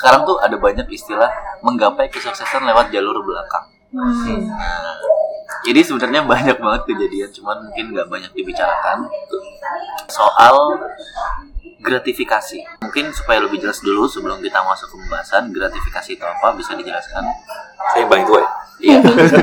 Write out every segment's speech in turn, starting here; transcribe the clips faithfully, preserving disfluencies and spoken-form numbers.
sekarang tuh ada banyak istilah menggapai kesuksesan lewat jalur belakang. Hmm. Nah, jadi sebenarnya banyak banget kejadian, cuman mungkin nggak banyak dibicarakan soal gratifikasi. Mungkin supaya lebih jelas dulu sebelum kita masuk ke pembahasan gratifikasi itu apa, bisa dijelaskan? Saya yang paling tua ya. Iya.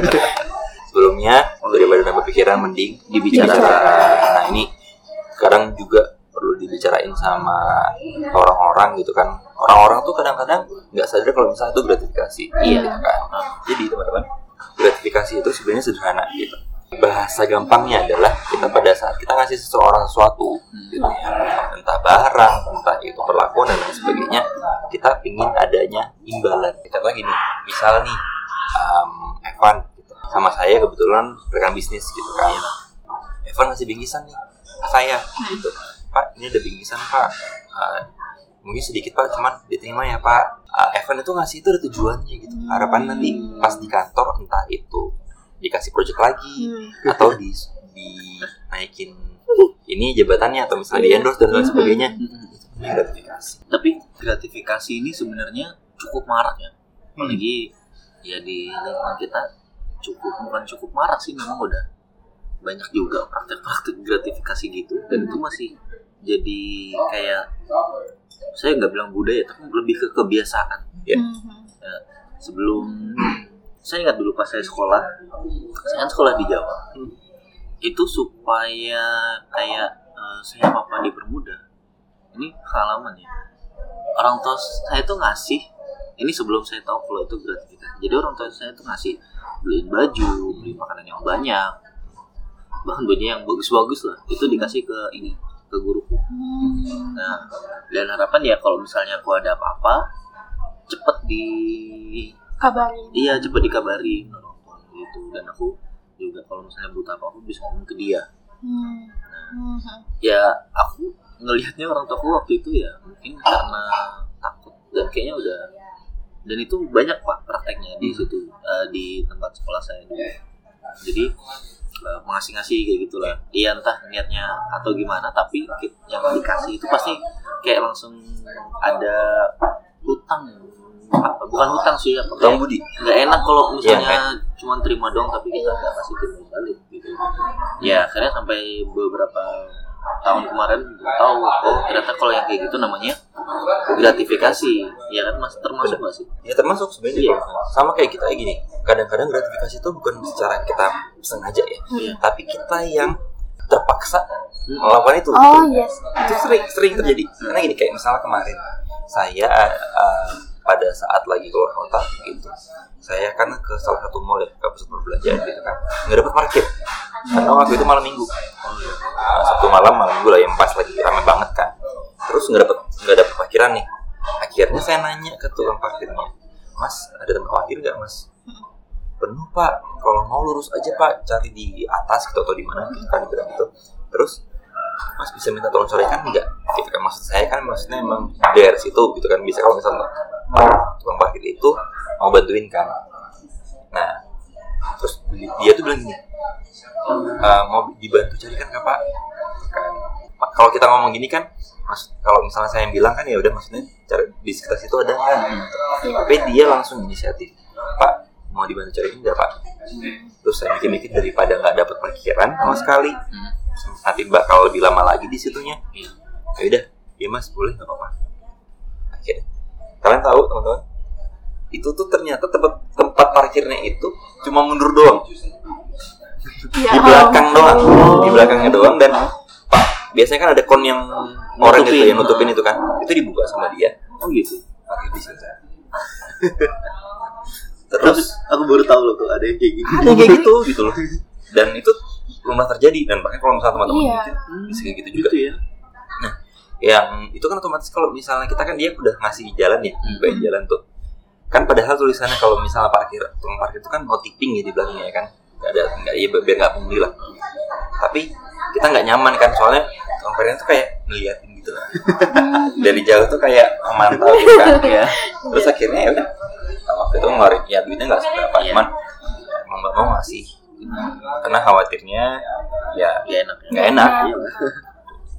Sebelumnya daripada nambah pikiran mending dibicarakan. Nah ini sekarang juga perlu dibicarain sama orang-orang gitu kan. Orang-orang tuh kadang-kadang nggak sadar kalau misalnya itu gratifikasi. Iya. Gitu kan. Jadi teman-teman, gratifikasi itu sebenarnya sederhana gitu. Bahasa gampangnya adalah kita pada saat kita ngasih seseorang sesuatu gitu ya, entah barang, entah itu perlakuan dan lain sebagainya, kita ingin adanya imbalan. Kita lagi nih, misal nih um, Evan gitu, sama saya kebetulan rekan bisnis gitu kan. Evan ngasih bingkisan nih ke saya gitu, Pak ini ada bingkisan Pak, uh, mungkin sedikit Pak, cuman diterima ya Pak. uh, Evan itu ngasih itu ada tujuannya gitu, harapan nanti pas di kantor entah itu dikasih project lagi hmm. atau di dinaikin ini jabatannya atau misalnya di endorse dan lain sebagainya. Ini gratifikasi. Tapi gratifikasi ini sebenarnya cukup marak ya. Apalagi hmm. ya di lingkungan kita cukup bukan cukup marak sih, memang udah banyak juga praktek-praktek gratifikasi gitu, dan itu masih jadi kayak, saya nggak bilang budaya tapi lebih ke kebiasaan ya. Ya sebelum saya ingat dulu pas saya sekolah, saya kan sekolah di Jawa. Hmm. Itu supaya kayak uh, saya apa dipermudah. Ini pengalaman ya. Orang tua saya tuh ngasih, ini sebelum saya tahu kalau itu gratifikasi. Jadi orang tua saya tuh ngasih beliin baju, beli makanan yang banyak, bahkan baju yang bagus-bagus lah. Itu dikasih ke ini, ke guruku. Nah, dan harapan ya kalau misalnya aku ada apa-apa, cepet di kabarin. Iya, cepet dikabari gitu. Dan aku juga kalau misalnya butuh apa-apa bisa ngomong ke dia. Hmm. Nah, ya aku ngelihatnya orang tuaku waktu itu ya mungkin karena takut, dan kayaknya udah, dan itu banyak Pak prakteknya di situ, uh, di tempat sekolah saya dulu. Jadi uh, mengasih-ngasih kayak gitulah. Iya entah niatnya atau gimana, tapi yang dikasih itu pasti kayak langsung ada hutang. Apa? Bukan hutang sih, apa hutang budi. Nggak enak kalau misalnya ya, cuma terima dong tapi kita nggak kasih terima balik gitu. Ya akhirnya sampai beberapa tahun kemarin tahu, oh ternyata kalau yang kayak gitu namanya gratifikasi, ya kan Mas, termasuk nggak sih? Ya termasuk sebenarnya. Iya. Sama kayak kita gini, kadang-kadang gratifikasi itu bukan secara kita sengaja ya, hmm. tapi kita yang terpaksa hmm. melakukan itu. Oh yes. Itu sering sering terjadi. Karena gini, kayak misalnya kemarin saya uh, pada saat lagi keluar kota gitu, saya kan ke salah satu mall ya, ke pusat perbelanjaan gitu kan, nggak dapat parkir karena waktu itu malam minggu, uh, Sabtu malam malam minggu lah yang pas lagi ramai banget kan, terus nggak dapat nggak dapat parkiran nih. Akhirnya saya nanya ke tukang parkirnya, Mas ada tempat parkir nggak Mas? Penuh Pak, kalau mau lurus aja Pak, cari di atas gitu atau di mana gitu kan, dibilang gitu. Terus Mas bisa minta tolong corekan nggak? Gitu kan, maksud saya kan maksudnya emang dari situ gitu kan, bisa kalau misalnya tukang parkir itu mau bantuin kan. Nah terus dia tuh bilang gini, e, mau dibantu carikan nggak Pak? Kan kalau kita ngomong gini kan, mas, kalau misalnya saya yang bilang kan ya udah, maksudnya cari di sekitar situ ada nggak? Gitu. Tapi dia langsung inisiatif, Pak mau dibantu carikan nggak Pak? Terus saya mikir-mikir, daripada nggak dapat parkiran sama sekali, nanti bakal lebih lama lagi di situnya. Ya udah, ya Mas boleh nggak apa-apa. Akhirnya kalian tahu teman-teman, itu tuh ternyata tempat tempat parkirnya itu cuma mundur doang, ya, di belakang oh. doang, di belakangnya doang, dan Pak biasanya kan ada kon yang orang gitu yang nutupin itu kan, itu dibuka sama dia. Oh gitu. Pakai di situ. Terus aku baru tahu loh tuh ada yang kayak gitu. Ada kayak gitu gitu loh. Dan itu belum pernah terjadi, dan bahkan kalau misalnya teman-teman iya. gitu, bisa kayak gitu juga. Gitu ya. Nah, yang itu kan otomatis kalau misalnya kita kan dia udah ngasih jalan ya, bukain jalan tuh. Kan padahal tulisannya kalau misalnya parkir, tukang parkir itu kan no tipping ya di belakangnya kan. Enggak ada enggak ya biar enggak pungli lah. Tapi kita enggak nyaman kan, soalnya tukang parkir itu kayak ngeliatin gitu lah. Dari jauh tuh kayak memantau gitu kan ya. Terus akhirnya ya udah, waktu itu ngeluarin ya duitnya enggak seberapa, cuman emang enggak mau ngasih. Karena khawatirnya ya enggak enak. Enggak enak.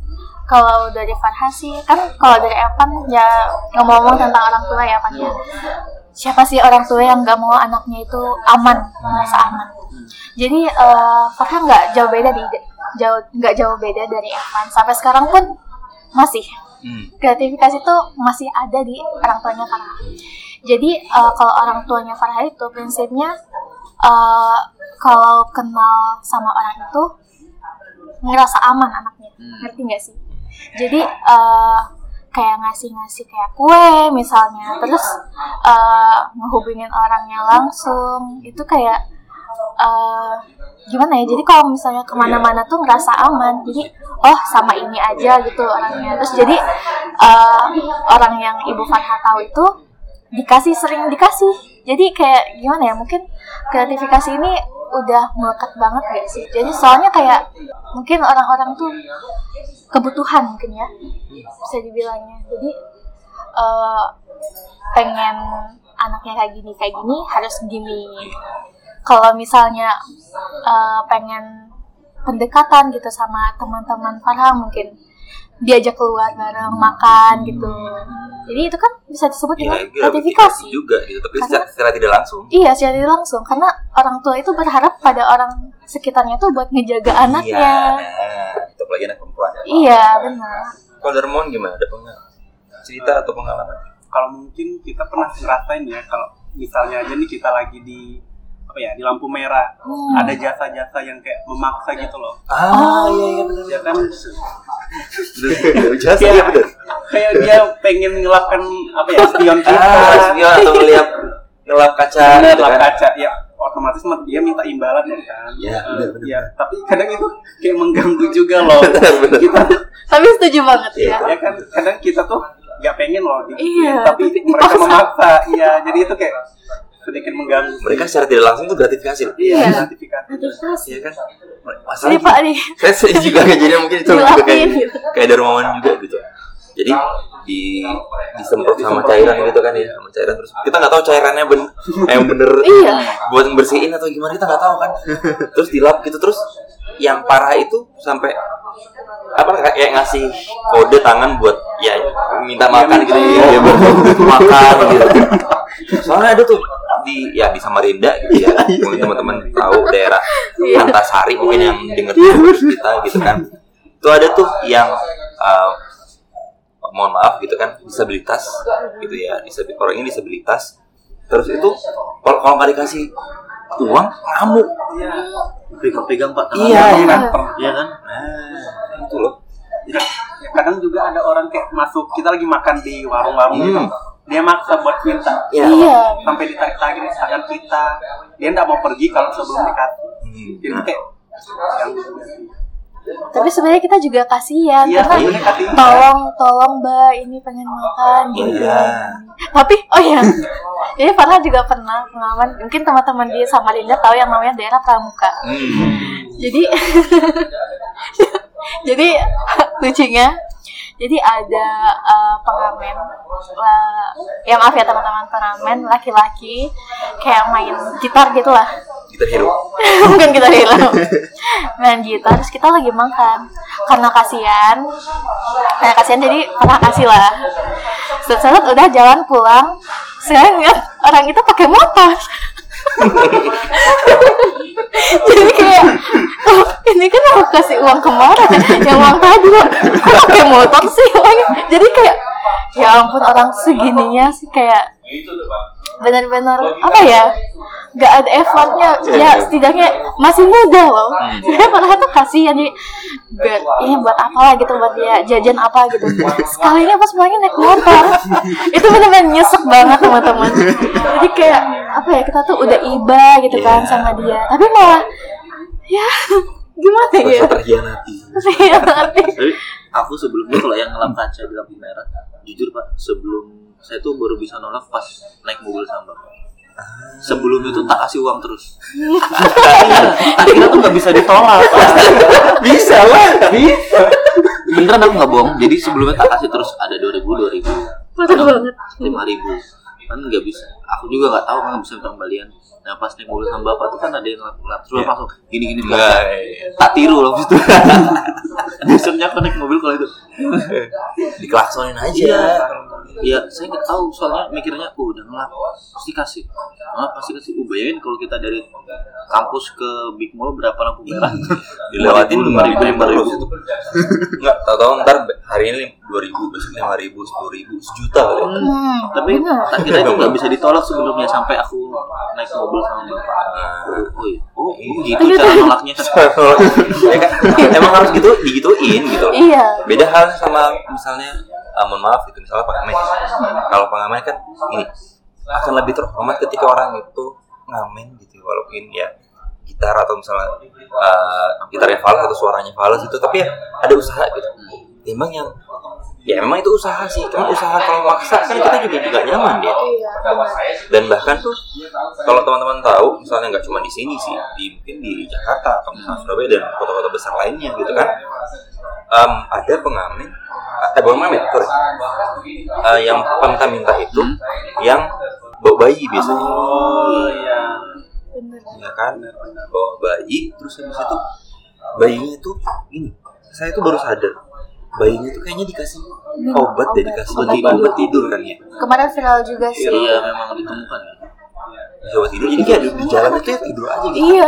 kalau dari Farha sih kan, kalau dari Evan ya ngomong-ngomong tentang orang tua ya Pan ya. Siapa sih orang tua yang nggak mau anaknya itu aman, merasa aman. Jadi uh, Farha nggak jauh beda di jauh nggak jauh beda dari Evan. Sampai sekarang pun masih hmm. gratifikasi itu masih ada di orang tuanya Farha. Jadi uh, kalau orang tuanya Farha itu prinsipnya uh, kalau kenal sama orang itu ngerasa aman anaknya, hmm. ngerti nggak sih? Jadi uh, kayak ngasih-ngasih kayak kue misalnya, terus uh, ngehubungin orangnya langsung, itu kayak uh, gimana ya? Jadi kalau misalnya kemana-mana tuh ngerasa aman, jadi oh sama ini aja gitu orangnya. Terus jadi uh, orang yang Ibu Farha tahu itu dikasih sering dikasih, jadi kayak gimana ya? Mungkin gratifikasi ini udah melekat banget gak sih? Jadi soalnya kayak mungkin orang-orang tuh kebutuhan mungkin ya bisa dibilangnya. Jadi uh, pengen anaknya kayak gini kayak gini harus gini. Kalau misalnya uh, pengen pendekatan gitu sama teman-teman Farha, mungkin diajak keluar bareng makan gitu. Jadi itu kan bisa disebut dengan ya, gratifikasi juga gitu, tapi karena, secara tidak langsung. Iya, secara tidak langsung, karena orang tua itu berharap pada orang sekitarnya tuh buat ngejaga anaknya. Iya, nah, itu apalagi anak perempuan. Iya, benar. Kalau Darmon gimana? Ada pengalaman cerita atau pengalaman? Kalau mungkin kita pernah ngerasain ya, kalau misalnya aja nih kita lagi di apa ya, di lampu merah, hmm. ada jasa-jasa yang kayak memaksa gitu loh. Ah, iya iya benar. Ya kan? Jasa ya benar. Kayak dia pengen ngelapkan apa ya, spion kita. Ah, spion atau ngeliat ngelap kaca gitu kan. Ngelap kaca, ya otomatis dia minta imbalan ya kan. Iya, uh, benar benar. Ya, tapi kadang itu kayak mengganggu juga loh. Kita tapi setuju banget ya. Ya kan, kadang kita tuh nggak pengen loh di, iya, tapi, tapi mereka memaksa. Iya, jadi itu kayak sedikit mengganggu. Mereka secara tidak langsung tuh gratifikasi loh. Iya, gratifikasi. Iya kan? Masalah Pak nih. Saya juga kayak jadi mungkin itu juga kayak gitu. Kayak Darmawan juga gitu. Jadi di disemprot sama cairan gitu kan ya, sama cairan terus kita nggak tahu cairannya ben yang bener iya. buat ngebersihin atau gimana, kita nggak tahu kan. Terus dilap gitu, terus yang parah itu sampai apa kayak ngasih kode tangan buat ya minta makan gitu ya, buat makan gitu. Soalnya ada tuh di ya di Samarinda gitu ya, mungkin teman-teman tahu daerah Antasari mungkin yang dengar kita gitu kan. Itu ada tuh yang uh, mohon maaf gitu kan, disabilitas gitu ya, disabilitas, orang ini disabilitas. Terus itu kalau kalau nggak dikasih uang ngamuk. Iya. Pegang-pegang Pak. Iya, iya kan? Iya kan? Nah, itu loh. Ya, ya, kadang juga ada orang kayak masuk, kita lagi makan di warung-warung hmm. gitu. Dia maksa buat minta. Ya. Iya. Sampai ditarik-tarik di tangan kita. Dia nggak mau pergi kalau sebelum dikasih. Hmm. Jadi nah. kayak yang tapi sebenarnya kita juga kasihan iya, karena iya, tolong tolong Mbak ini pengen makan gitu. Iya. Tapi oh ya, jadi Farha juga pernah pengalaman, mungkin teman-teman di Samarinda tahu yang namanya daerah Pramuka. Hmm. Jadi jadi lucunya, jadi ada uh, pengamen, uh, ya maaf ya teman-teman, pengamen laki-laki kayak main gitar gitulah. Gitar hero. Bukan gitar hero. Main gitar, terus kita lagi makan. Karena kasihan, karena kasihan jadi pernah kasih lah. Setelah udah jalan pulang, saya ngeliat orang itu pakai motor. Jadi kayak oh, ini kan aku kasih uang kemarin, yang uang tadi kok pakai motor sih orangnya. Jadi kayak ya ampun, orang segininya sih kayak benar-benar apa ya, nggak ada effortnya ya, setidaknya masih muda loh. Saya padahal tuh kasihan, jadi buat ini buat apa lah gitu, buat dia jajan apa gitu, sekalinya pas pulangnya naik motor. Itu benar-benar nyesek banget teman-teman. Jadi kayak apa ya, kita tuh udah iba gitu kan sama dia, tapi malah ya gimana ya, terhianati. Terhianati. Tapi aku sebelumnya kalau yang ngelap kaca di lampu merah, jujur Pak, sebelum saya tuh baru bisa nolak pas naik mobil sama Bapak. Sebelum itu tak kasih uang terus. Tak kira tuh nggak bisa ditolak. Bisa lah, bisa. Beneran aku nggak bohong. Jadi sebelumnya tak kasih terus, ada dua ribu, dua ribu, betul banget, lima ribu. Kan nggak bisa. Aku juga nggak tahu kan nggak bisa minta kembalian. Nah pas naik mobil sama bapak tuh kan ada yang lap-lap terus Iya. langsung gini-gini di Enggak, belakang. iya. Tak tiru loh abis itu. Biasanya aku naik mobil kalau itu. Diklaksonin aja. Iya. Iya, saya nggak tahu soalnya mikirnya, oh udah ngelap pasti kasih, ngelap pasti kasih. Uh, bayangin kalau kita dari kampus ke Big Mall berapa lampu merah? Dilewatin lima ribu, lima ribu. Enggak, tahu-tahu ntar hari ini dua ribu, besok lima ribu, sepuluh ribu, sejuta kali. Hmm, Tapi bener. akhirnya itu nggak bisa ditolak sebelumnya sampai aku naik mobil sama bapak. Nah, Oh iya, oh gitu cara nolaknya. ya kan, emang harus gitu, digituin gitu. Iya. Beda halnya sama misalnya, ah, mohon maaf gitu, misalnya pengamen. Kalau pengamen kan ini akan lebih terhormat ketika orang itu ngamen gitu, walaupun ya gitar atau misalnya uh, gitarnya fals atau suaranya fals itu, tapi ya ada usaha gitu. Timbang yang ya memang itu usaha sih, cuma usaha kalau maksa kan kita juga juga nyaman ya. Iya, benar. Dan bahkan tuh kalau teman-teman tahu, misalnya nggak cuma di sini sih, di mungkin di Jakarta atau misalnya Surabaya dan kota-kota besar lainnya gitu kan, um, ada pengamen, eh bukan pengamen, sorry, uh, yang peminta-minta itu yang bawa bayi biasanya, Oh iya. Bener. ya kan, bawa bayi, terus habis itu bayinya tuh ini, saya tuh baru sadar, bayinya tuh kayaknya dikasih obat deh, dikasih Obat obat, tidur. obat tidur kan ya. Kemarin viral juga sih. Iya memang ditemukan ya. Obat tidur, jadi kayak di, di jalan itu ya tidur aja gitu. Iya.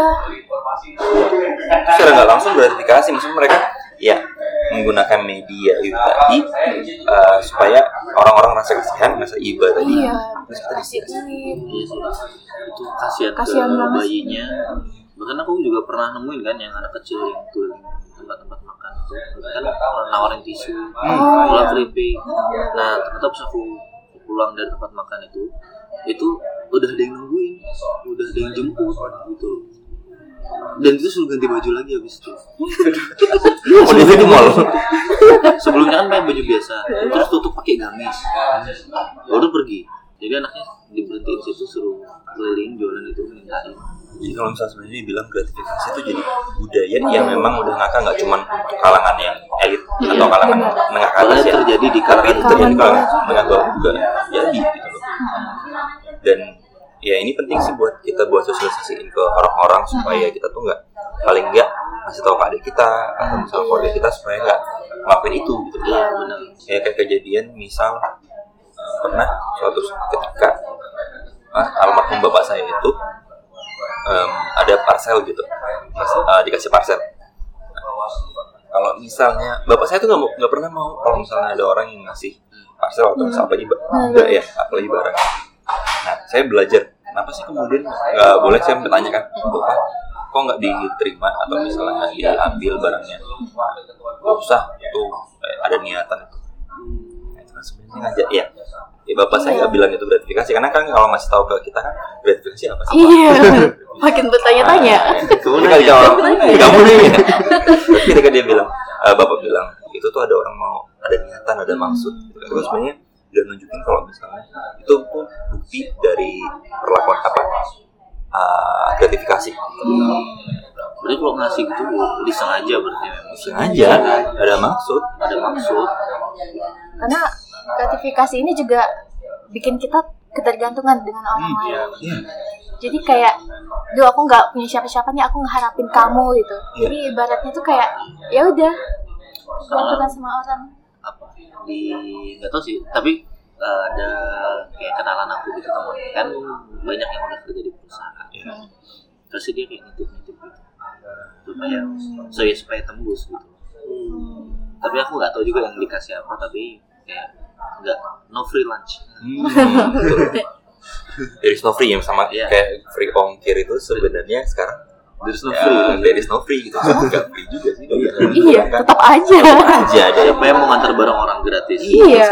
Secara nggak langsung gratifikasi, maksudnya mereka ya menggunakan media itu tadi uh, supaya orang-orang rasa kasihan, rasa iba tadi. Iya. Terus kita Kasih dikasih. duit. Iya sih, itu kasihan, Kasihan ke banget. bayinya. Bahkan aku juga pernah nemuin kan yang anak kecil yang keliling tempat-tempat makan itu kan nawarin tisu, pulang keripik. Nah ternyata pas aku pulang dari tempat makan itu, itu udah ada yang nungguin, udah ada yang jemput gitu. Dan itu suruh ganti baju lagi habis itu. Oh, dia di mall. Sebelumnya kan pakai baju biasa, terus tutup pakai gamis, baru pergi. Jadi anaknya diberhentiin situ suruh keliling jualan itu mintain. Jadi kalau misalnya sebenarnya dibilang gratifikasi itu jadi budaya yang memang udah ngakak, nggak cuma untuk kalangan yang elit atau kalangan menengah ke atas Bahkan ya. terjadi di Kalangan kalangan itu jadi kalangan menengah bawah juga jadi gitu loh. Dan ya ini penting sih buat kita buat sosialisasiin ke orang-orang supaya kita tuh nggak, paling nggak ngasih tahu ke adik kita atau misalnya keluarga kita supaya nggak ngelakuin itu gitu. Iya benar. Ya kayak kejadian misal uh, pernah suatu ketika uh, almarhum bapak saya itu um, ada parcel gitu, uh, dikasih parcel. Kalau misalnya bapak saya tuh nggak mau, nggak pernah mau kalau misalnya ada orang yang ngasih parcel atau misalnya apalagi benda ya, apalagi barang. Nah, saya belajar kenapa sih kemudian nggak boleh, saya bertanya kan, bapak kok nggak diterima atau misalnya nggak diambil barangnya? Nggak usah, itu eh, ada niatan itu. Nah, itu kan sebenarnya ngajak ya. Ya bapak saya nggak bilang itu gratifikasi, karena kan kalau ngasih tahu ke kita kan gratifikasi apa sih? Iya. Makin bertanya-tanya. Kamu nih kalau kamu nih. Tapi ketika dia bilang, uh, bapak bilang itu tuh ada orang mau, ada niatan, ada maksud. Gitu. Itu sebenarnya udah nunjukin kalau misalnya itu tuh bukti dari perlakuan apa? Uh, gratifikasi. Berarti kalau ngasih gitu disengaja berarti memang. Sengaja ada maksud. Ada maksud. Karena gratifikasi ini juga bikin kita ketergantungan dengan orang lain. Iya. Jadi kayak, duh aku nggak punya siapa-siapa nih, aku ngeharapin kamu gitu. Iya. Jadi ibaratnya tuh kayak, ya udah, gantungan sama orang. Apa di nggak tahu sih, tapi uh, ada kayak kenalan aku gitu teman kan banyak yang udah kerja di perusahaan. Iya. Terus dia kayak nitip-nitip gitu supaya so ya supaya tembus gitu. Tapi aku nggak tahu juga yang dikasih apa, tapi kayak nggak, no free lunch. Hmm, there is no free yang sama Iya. kayak free ongkir itu sebenarnya sekarang There is no ya, free. there is no free gitu. Nggak free juga sih. Iya, tetap aja. Aja ada yang Siapa yang mau ngantar barang orang gratis? Iya.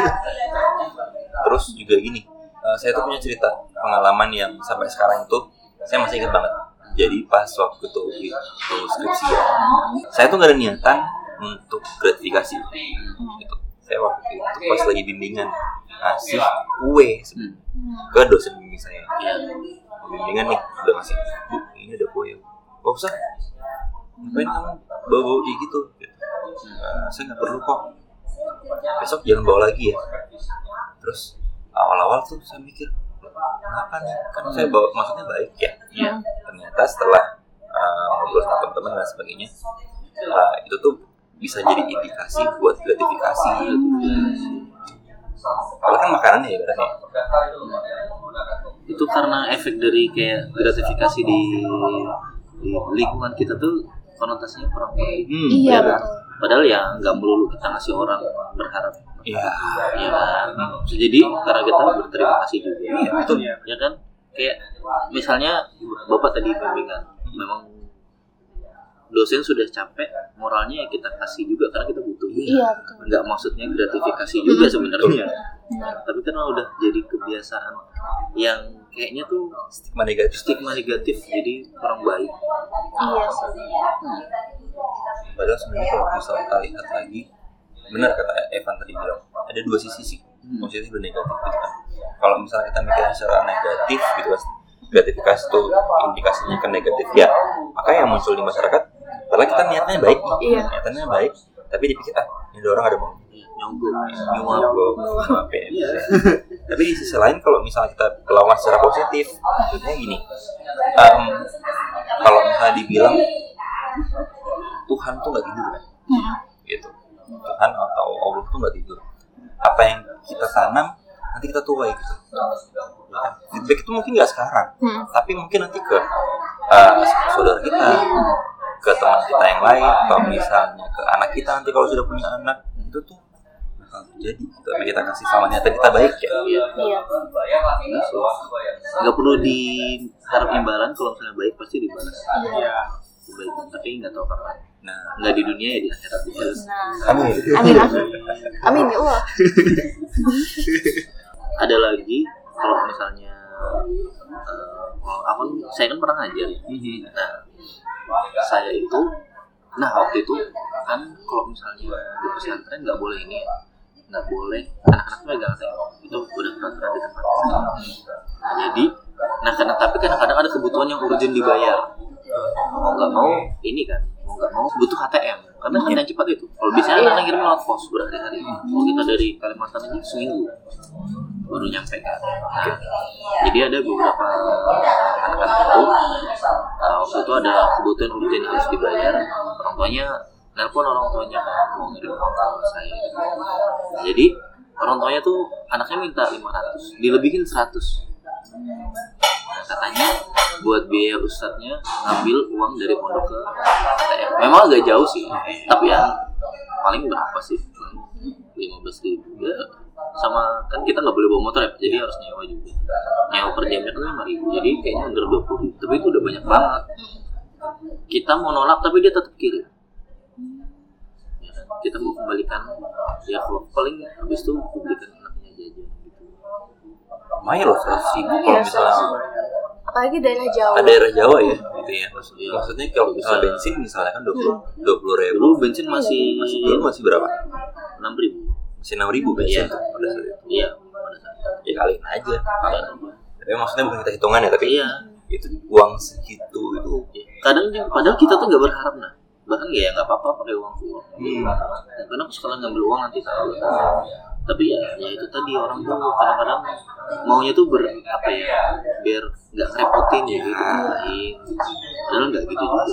Terus juga gini, uh, saya tuh punya cerita pengalaman yang sampai sekarang itu saya masih ingat banget. Jadi pas waktu itu itu skripsian, saya tuh nggak ada niatan untuk gratifikasi. Gitu. Saya waktu itu pas lagi bimbingan ngasih kue Hmm. ke dosen bimbing saya. Iya. Bimbingan nih udah ngasih, bu ini ada kue. Gak usah. Ngapain kamu bawa-bawa kayak gitu? Uh, saya nggak perlu kok. Besok jangan bawa lagi ya. Terus awal-awal tuh saya mikir, kenapa nih? Kan saya bawa maksudnya baik ya. Iya. Ternyata setelah uh, ngobrol sama teman-teman dan sebagainya, uh, itu tuh bisa jadi indikasi buat gratifikasi. Kalau kan makanannya ya berarti. Itu karena efek dari kayak gratifikasi di, di lingkungan kita tuh konotasinya kurang baik. Hmm, Iya, ya kan? betul. Padahal ya nggak melulu kita ngasih orang berharap. Iya. Ya kan. Bisa jadi karena kita berterima kasih juga. Iya, betul. Ya kan. Kayak misalnya Bapak tadi bimbingan, memang dosen sudah capek, moralnya ya kita kasih juga karena kita butuh. Iya, betul. Nggak maksudnya gratifikasi juga sebenarnya. Benar. Tapi kan udah jadi kebiasaan yang kayaknya tuh Stigma negatif. stigma negatif, jadi kurang baik. Iya sih. Padahal sebenarnya kalau misal kita lihat lagi, benar kata Evan tadi bilang, ada dua sisi sih, positif dan negatif gitu kan. Kalau misalnya kita mikirnya secara negatif gitu kan, gratifikasi itu indikasinya ke negatif ya, maka yang muncul di masyarakat, padahal kita niatnya baik nih, Iya. niatnya baik, tapi dipikir ah ini ada orang ada mau Nyogok, nyuap nyuap. nyuap ya. Tapi di sisi lain kalau misalnya kita lawan secara positif, maksudnya gini, um, kalau misalnya dibilang Tuhan tuh nggak tidur kan, Hmm. gitu. Tuhan atau Allah tuh nggak tidur. Apa yang kita tanam nanti kita tuai gitu. Ya kan? Feedback itu mungkin nggak sekarang, Hmm. tapi mungkin nanti ke uh, saudara kita, ke teman kita yang lain, atau misalnya ke anak kita nanti kalau sudah punya anak, itu tuh bakal terjadi. Gitu. Tapi kita kasih sama niatan kita baik ya. Iya. Nggak perlu diharap imbalan, kalau misalnya baik pasti dibalas Iya. kebaikan, tapi nggak tahu kapan. Nah, Nggak di dunia ya di akhirat bisa. Nah. amin. Amin. Amin. Amin ya Allah. Ada lagi kalau misalnya uh, kalau aku saya kan pernah ngajar. Nah, saya itu nah waktu itu kan kalau misalnya di pesantren nggak boleh ini ya, nggak boleh anak-anak megang A T M, itu udah peraturan di tempat. Nah, jadi nah karena tapi kadang-kadang ada kebutuhan yang urgent dibayar, mau nggak mau ini kan mau nggak mau butuh A T M karena kan yang cepat itu. Kalau biasanya anak-anak ngirim lewat pos berhari-hari, kalau kita dari Kalimantan aja seminggu baru nyampe kan. Nah, jadi ada beberapa anak-anak itu uh, waktu itu ada kebutuhan urgent yang harus dibayar, orang tuanya nelpon orang tuanya kan mau ngirim uang ke saya gitu. Nah, jadi orang tuanya tuh anaknya minta lima ratus, dilebihin seratus. Nah, katanya buat biaya ustadznya ngambil uang dari pondok ke A T M. Memang agak jauh sih, tapi ya paling berapa sih? lima belas ribu ya, sama kan kita nggak boleh bawa motor ya, jadi harus nyewa juga. Nyewa per jamnya kan lima ribu, jadi kayaknya under dua puluh ribu. Tapi itu udah banyak banget. Kita mau nolak tapi dia tetap kirim. Ya, kita mau kembalikan ya kalau paling habis itu belikan anaknya jajan gitu. Lumayan loh seratus ribu kalau Iya, misalnya Apalagi daerah Jawa. ada daerah Jawa ya, gitu ya. Maksudnya, Iya. maksudnya kalau misalnya Bisa. bensin misalnya kan dua puluh dua puluh ribu. Dulu bensin masih Masih dulu masih berapa? enam ribu. Masih enam ribu bensin Iya. tuh pada saat itu. Iya, pada saat itu. Ya kaliin aja. Kalian Tapi maksudnya bukan kita hitungan ya, tapi Iya. itu uang segitu itu. Kadang juga- padahal kita tuh nggak berharap nah, bahkan ya nggak apa-apa pakai uang uang. Hmm. Karena aku sekalian ngambil uang nanti tahu. Tapi ya, ya itu tadi orang tuh kadang-kadang maunya tuh ber apa ya, biar nggak ngerepotin ya gitu. Lain. Padahal nggak gitu juga.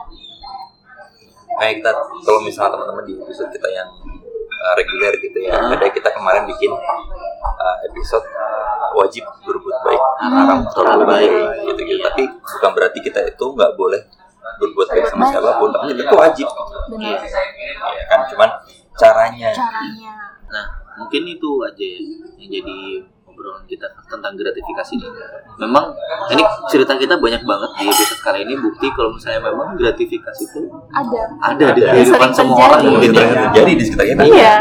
Kayak kita kalau misalnya teman-teman di episode kita yang uh, reguler gitu ya, Hmm. ada kita kemarin bikin uh, episode uh, wajib berbuat baik, Hmm. haram terlalu Terlalu baik baik. gitu-gitu. Iya. Tapi bukan berarti kita itu nggak boleh berbuat baik sama Baik. siapapun, tapi kita itu wajib. Benar. Ya kan, cuman caranya. Caranya. Nah, mungkin itu aja ya yang jadi obrolan kita tentang gratifikasi ini. Memang ini cerita kita banyak banget di episode kali ini, bukti kalau misalnya memang gratifikasi itu Ada. ada di Ada. kehidupan Sering semua terjadi. orang mungkin Mungkin ya. terjadi di sekitar kita. Iya.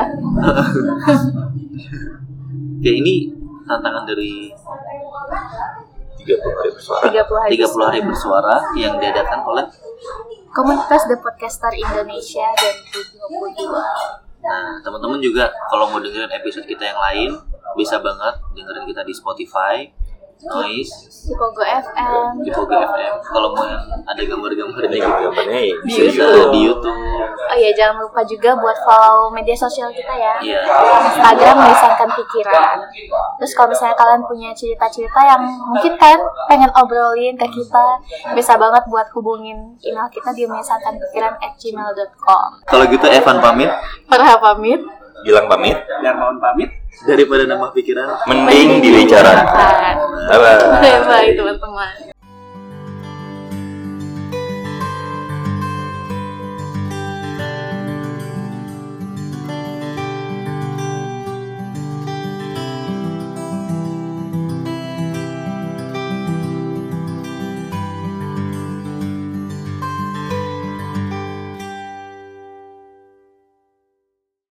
Ya ini tantangan dari tiga puluh hari bersuara. tiga puluh hari. tiga puluh hari bersuara yang diadakan oleh Komunitas The Podcaster Indonesia dua ribu dua puluh dua. Nah, teman-teman juga kalau mau dengerin episode kita yang lain bisa banget dengerin kita di Spotify, Noise, di Pogo F M, di Pogo F M. Kalau mau yang ada gambar-gambarnya gitu, Gambarnya ya. Di bisa YouTube. di YouTube. Oh iya, jangan lupa juga buat follow media sosial kita ya. Iya. Instagram Melisankan Pikiran. Terus kalau misalnya kalian punya cerita-cerita yang mungkin kalian pengen obrolin ke kita, bisa banget buat hubungin email kita di melisankanpikiran at gmail dot com. Kalau gitu Evan pamit, Farha pamit. Gilang pamit. Darmawan pamit. daripada nama pikiran. Mending dibicarakan. Bye Bye bye. bye teman-teman.